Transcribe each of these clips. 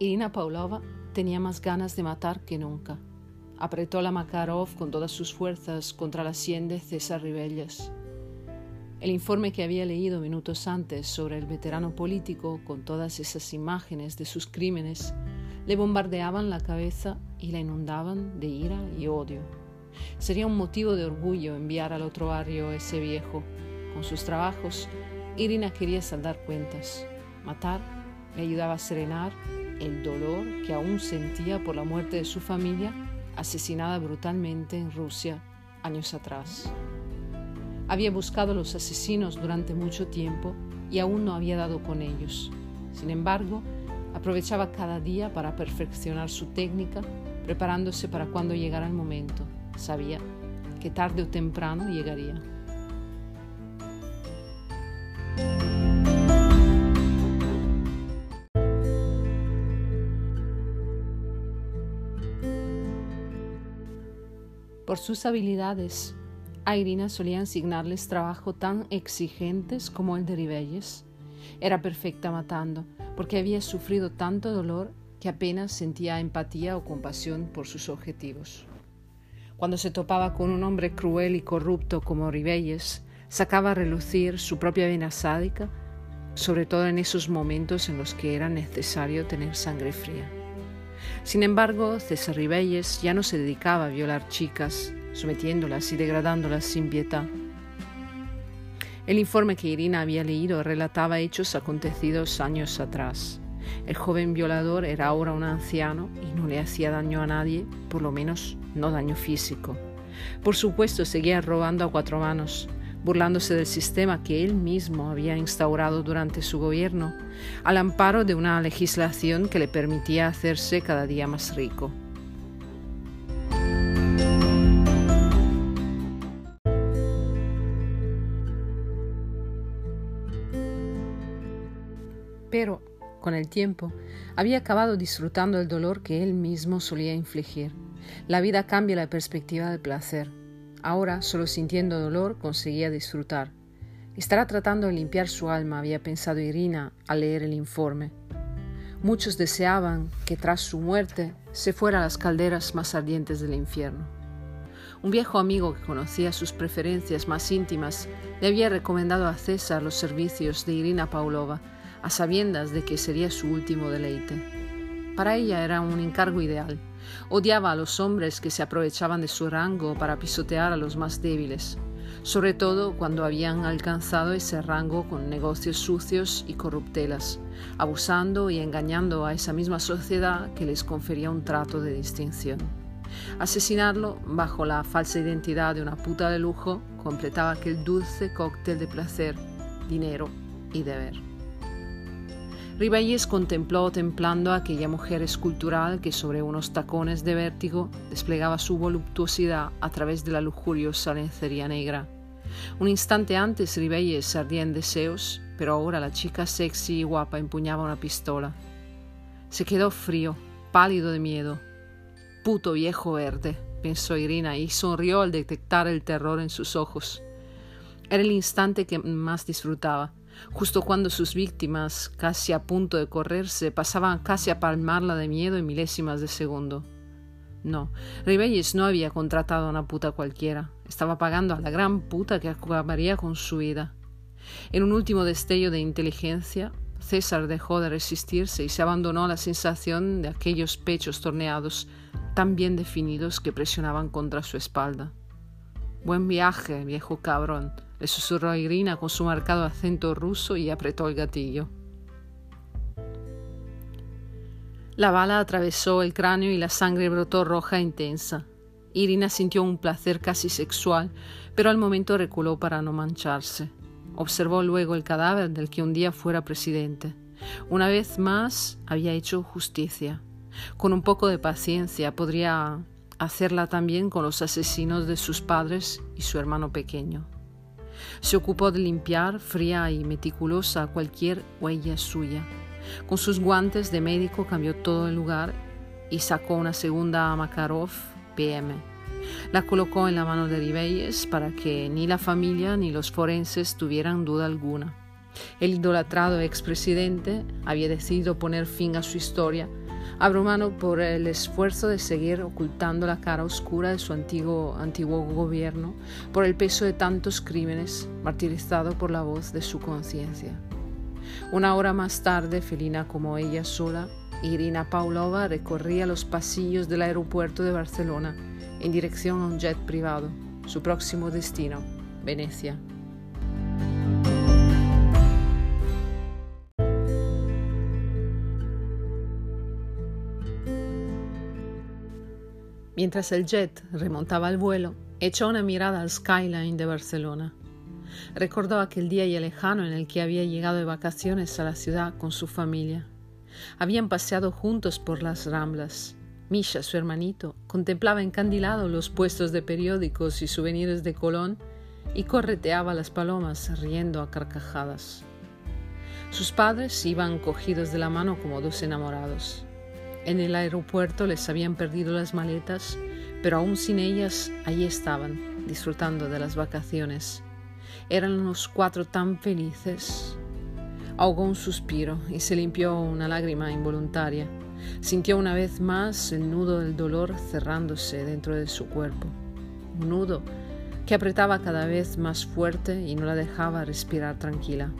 Irina Pavlova tenía más ganas de matar que nunca. Apretó la Makarov con todas sus fuerzas contra la sien de César Ribelles. El informe que había leído minutos antes sobre el veterano político, con todas esas imágenes de sus crímenes, le bombardeaban la cabeza y la inundaban de ira y odio. Sería un motivo de orgullo enviar al otro barrio a ese viejo. Con sus trabajos, Irina quería saldar cuentas. Matar le ayudaba a serenar el dolor que aún sentía por la muerte de su familia, asesinada brutalmente en Rusia años atrás. Había buscado a los asesinos durante mucho tiempo y aún no había dado con ellos. Sin embargo, aprovechaba cada día para perfeccionar su técnica, preparándose para cuando llegara el momento. Sabía que tarde o temprano llegaría. Por sus habilidades, a Irina solían asignarles trabajo tan exigentes como el de Ribelles. Era perfecta matando, porque había sufrido tanto dolor que apenas sentía empatía o compasión por sus objetivos. Cuando se topaba con un hombre cruel y corrupto como Ribelles, sacaba a relucir su propia vena sádica, sobre todo en esos momentos en los que era necesario tener sangre fría. Sin embargo, César Ribelles ya no se dedicaba a violar chicas, sometiéndolas y degradándolas sin piedad. El informe que Irina había leído relataba hechos acontecidos años atrás. El joven violador era ahora un anciano y no le hacía daño a nadie, por lo menos no daño físico. Por supuesto, seguía robando a cuatro manos, burlándose del sistema que él mismo había instaurado durante su gobierno, al amparo de una legislación que le permitía hacerse cada día más rico. Pero, con el tiempo, había acabado disfrutando el dolor que él mismo solía infligir. La vida cambia la perspectiva del placer. Ahora, solo sintiendo dolor, conseguía disfrutar. Estará tratando de limpiar su alma, había pensado Irina al leer el informe. Muchos deseaban que tras su muerte se fuera a las calderas más ardientes del infierno. Un viejo amigo que conocía sus preferencias más íntimas le había recomendado a César los servicios de Irina Pavlova, a sabiendas de que sería su último deleite. Para ella era un encargo ideal. Odiaba a los hombres que se aprovechaban de su rango para pisotear a los más débiles, sobre todo cuando habían alcanzado ese rango con negocios sucios y corruptelas, abusando y engañando a esa misma sociedad que les confería un trato de distinción. Asesinarlo bajo la falsa identidad de una puta de lujo completaba aquel dulce cóctel de placer, dinero y deber. Ribelles contempló templando a aquella mujer escultural que sobre unos tacones de vértigo desplegaba su voluptuosidad a través de la lujuriosa lencería negra. Un instante antes Ribelles ardía en deseos, pero ahora la chica sexy y guapa empuñaba una pistola. Se quedó frío, pálido de miedo. «Puto viejo verde», pensó Irina y sonrió al detectar el terror en sus ojos. Era el instante que más disfrutaba. Justo cuando sus víctimas, casi a punto de correrse, pasaban casi a palmarla de miedo en milésimas de segundo. No, Ribelles no había contratado a una puta cualquiera. Estaba pagando a la gran puta que acabaría con su vida. En un último destello de inteligencia, César dejó de resistirse y se abandonó a la sensación de aquellos pechos torneados tan bien definidos que presionaban contra su espalda. «Buen viaje, viejo cabrón», le susurró Irina con su marcado acento ruso y apretó el gatillo. La bala atravesó el cráneo y la sangre brotó roja e intensa. Irina sintió un placer casi sexual, pero al momento reculó para no mancharse. Observó luego el cadáver del que un día fuera presidente. Una vez más había hecho justicia. Con un poco de paciencia podría hacerla también con los asesinos de sus padres y su hermano pequeño. Se ocupó de limpiar, fría y meticulosa, cualquier huella suya. Con sus guantes de médico cambió todo el lugar y sacó una segunda Makarov PM. La colocó en la mano de Ribelles para que ni la familia ni los forenses tuvieran duda alguna. El idolatrado expresidente había decidido poner fin a su historia abrumado por el esfuerzo de seguir ocultando la cara oscura de su antiguo gobierno, por el peso de tantos crímenes, martirizado por la voz de su conciencia. Una hora más tarde, felina como ella sola, Irina Pavlova recorría los pasillos del aeropuerto de Barcelona en dirección a un jet privado, su próximo destino, Venecia. Mientras el jet remontaba el vuelo, echó una mirada al skyline de Barcelona. Recordó aquel día ya lejano en el que había llegado de vacaciones a la ciudad con su familia. Habían paseado juntos por las Ramblas. Misha, su hermanito, contemplaba encandilado los puestos de periódicos y souvenirs de Colón y correteaba las palomas riendo a carcajadas. Sus padres iban cogidos de la mano como dos enamorados. En el aeropuerto les habían perdido las maletas, pero aún sin ellas allí estaban, disfrutando de las vacaciones. Eran los cuatro tan felices. Ahogó un suspiro y se limpió una lágrima involuntaria. Sintió una vez más el nudo del dolor cerrándose dentro de su cuerpo. Un nudo que apretaba cada vez más fuerte y no la dejaba respirar tranquila.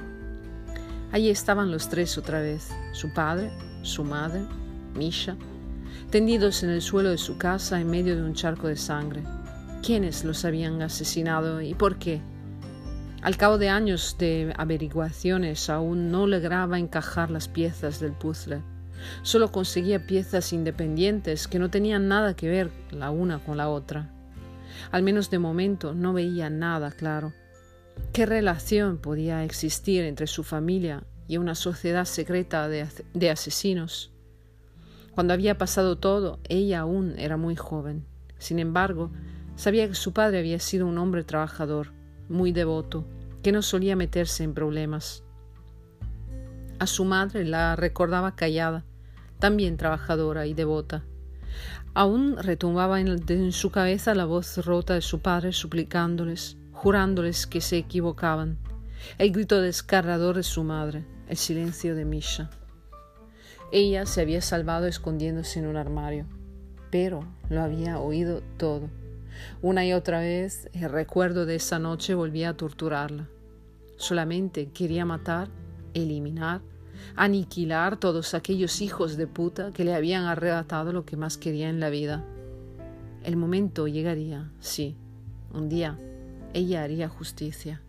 Allí estaban los tres otra vez, su padre, su madre, Misha, tendidos en el suelo de su casa en medio de un charco de sangre. ¿Quiénes los habían asesinado y por qué? Al cabo de años de averiguaciones aún no lograba encajar las piezas del puzzle. Solo conseguía piezas independientes que no tenían nada que ver la una con la otra. Al menos de momento no veía nada claro. ¿Qué relación podía existir entre su familia y una sociedad secreta de asesinos? Cuando había pasado todo, ella aún era muy joven. Sin embargo, sabía que su padre había sido un hombre trabajador, muy devoto, que no solía meterse en problemas. A su madre la recordaba callada, también trabajadora y devota. Aún retumbaba en su cabeza la voz rota de su padre suplicándoles, jurándoles que se equivocaban, el grito desgarrador de su madre, el silencio de Misha. Ella se había salvado escondiéndose en un armario, pero lo había oído todo. Una y otra vez el recuerdo de esa noche volvía a torturarla. Solamente quería matar, eliminar, aniquilar todos aquellos hijos de puta que le habían arrebatado lo que más quería en la vida. El momento llegaría, sí, un día ella haría justicia.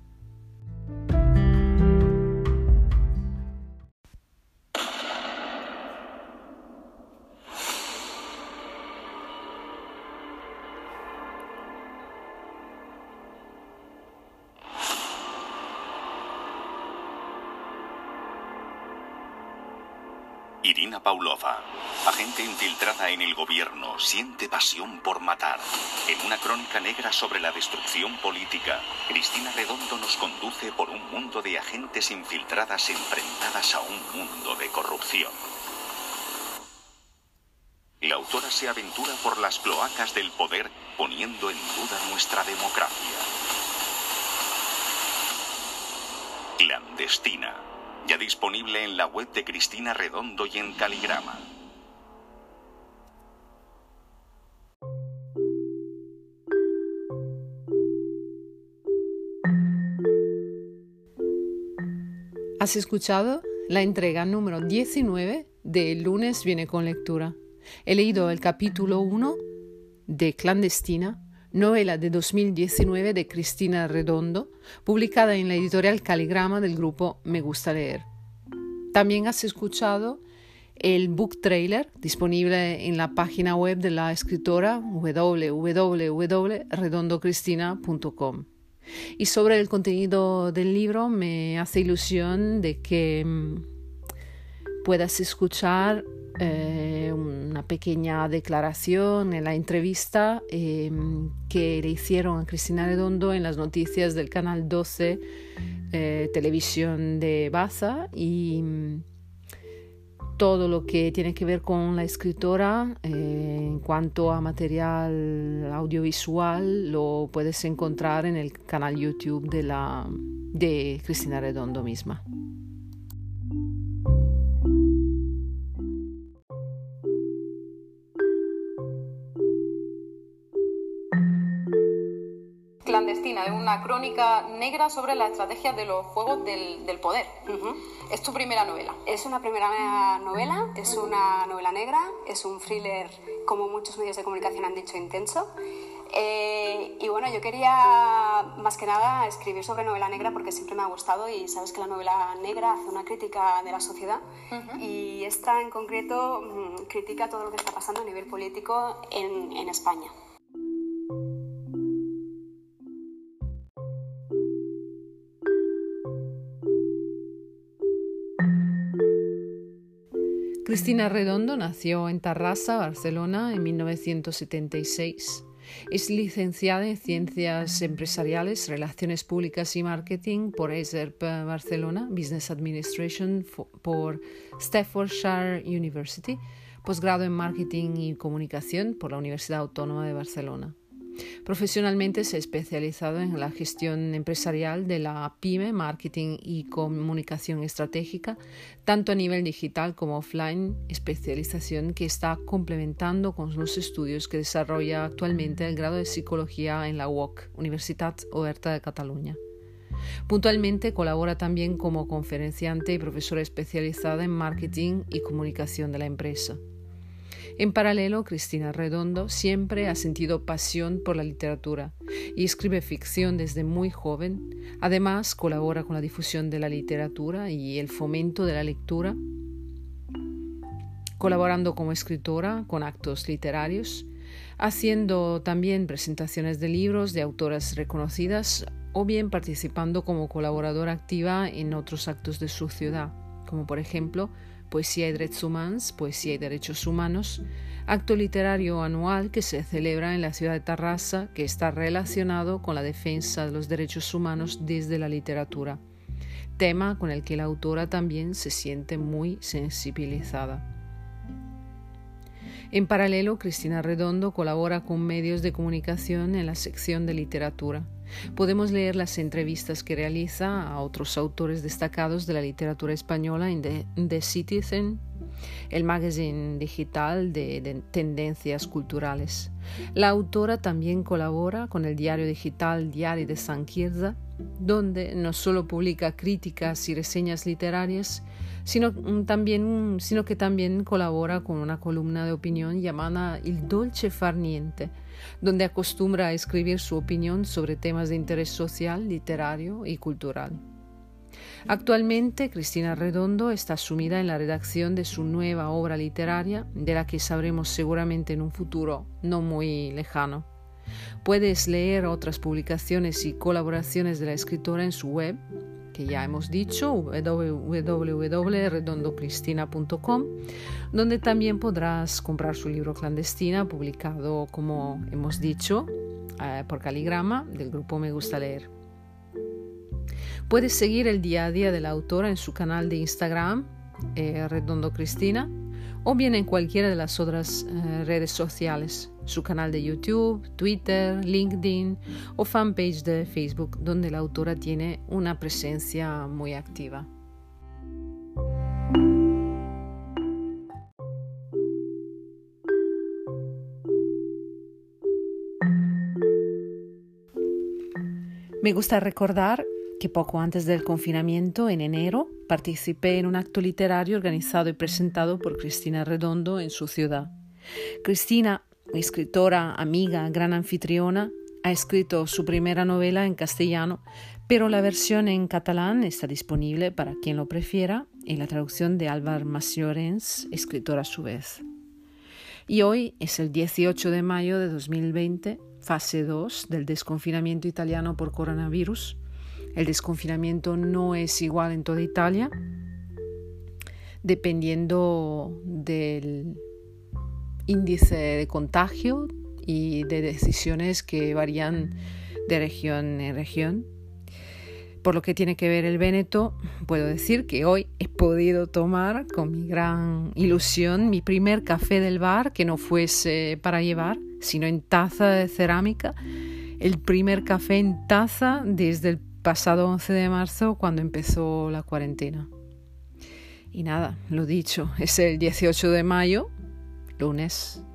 Irina Pavlova, agente infiltrada en el gobierno, siente pasión por matar. En una crónica negra sobre la destrucción política, Cristina Redondo nos conduce por un mundo de agentes infiltradas enfrentadas a un mundo de corrupción. La autora se aventura por las cloacas del poder, poniendo en duda nuestra democracia. Clandestina. Ya disponible en la web de Cristina Redondo y en Caligrama. Has escuchado la entrega número 19 de El lunes viene con lectura. He leído el capítulo 1 de Clandestina, novela de 2019 de Cristina Redondo, publicada en la editorial Caligrama del grupo Me Gusta Leer. También has escuchado el book trailer disponible en la página web de la escritora www.redondocristina.com. Y sobre el contenido del libro me hace ilusión de que puedas escuchar una pequeña declaración en la entrevista que le hicieron a Cristina Redondo en las noticias del Canal 12 Televisión de Baza, y todo lo que tiene que ver con la escritora en cuanto a material audiovisual lo puedes encontrar en el canal YouTube de Cristina Redondo misma. es una crónica negra sobre las estrategias de los juegos del poder. ¿Es tu primera novela? Es una primera novela, es una novela negra, es un thriller, como muchos medios de comunicación han dicho, intenso. Y bueno, yo quería más que nada escribir sobre novela negra porque siempre me ha gustado, y sabes que la novela negra hace una crítica de la sociedad, y esta en concreto critica todo lo que está pasando a nivel político en España. Cristina Redondo nació en Tarrasa, Barcelona, en 1976. Es licenciada en Ciencias Empresariales, Relaciones Públicas y Marketing por ESERP Barcelona, Business Administration por Staffordshire University, posgrado en Marketing y Comunicación por la Universidad Autónoma de Barcelona. Profesionalmente se ha especializado en la gestión empresarial de la PYME, marketing y comunicación estratégica, tanto a nivel digital como offline, especialización que está complementando con los estudios que desarrolla actualmente el grado de Psicología en la UOC, Universitat Oberta de Cataluña. Puntualmente colabora también como conferenciante y profesora especializada en marketing y comunicación de la empresa. En paralelo, Cristina Redondo siempre ha sentido pasión por la literatura y escribe ficción desde muy joven. Además, colabora con la difusión de la literatura y el fomento de la lectura, colaborando como escritora con actos literarios, haciendo también presentaciones de libros de autoras reconocidas o bien participando como colaboradora activa en otros actos de su ciudad, como por ejemplo Poesía y Drets Humans, Poesía y Derechos Humanos, acto literario anual que se celebra en la ciudad de Tarrasa, que está relacionado con la defensa de los derechos humanos desde la literatura, tema con el que la autora también se siente muy sensibilizada. En paralelo, Cristina Redondo colabora con medios de comunicación en la sección de literatura. Podemos leer las entrevistas que realiza a otros autores destacados de la literatura española en The Citizen, el magazine digital de tendencias culturales. La autora también colabora con el diario digital Diari de Sant Quirze, donde no solo publica críticas y reseñas literarias, sino que también colabora con una columna de opinión llamada Il Dolce Far Niente, donde acostumbra a escribir su opinión sobre temas de interés social, literario y cultural. Actualmente, Cristina Redondo está sumida en la redacción de su nueva obra literaria, de la que sabremos seguramente en un futuro no muy lejano. Puedes leer otras publicaciones y colaboraciones de la escritora en su web, que ya hemos dicho, www.redondocristina.com, donde también podrás comprar su libro Clandestina, publicado, como hemos dicho, por Caligrama, del grupo Me Gusta Leer. Puedes seguir el día a día de la autora en su canal de Instagram, Redondo Cristina, o bien en cualquiera de las otras redes sociales, su canal de YouTube, Twitter, LinkedIn o fanpage de Facebook, donde la autora tiene una presencia muy activa. Me gusta recordar que poco antes del confinamiento, en enero, participé en un acto literario organizado y presentado por Cristina Redondo en su ciudad. Cristina, escritora, amiga, gran anfitriona, ha escrito su primera novela en castellano, pero la versión en catalán está disponible para quien lo prefiera en la traducción de Álvaro Mas-Llorens, escritor a su vez. Y hoy es el 18 de mayo de 2020, fase 2 del desconfinamiento italiano por coronavirus. El desconfinamiento no es igual en toda Italia, dependiendo del índice de contagio y de decisiones que varían de región en región. Por lo que tiene que ver el Véneto, puedo decir que hoy he podido tomar con mi gran ilusión mi primer café del bar, que no fuese para llevar, sino en taza de cerámica. El primer café en taza desde el pasado 11 de marzo, cuando empezó la cuarentena. Y nada, lo dicho, es el 18 de mayo, lunes.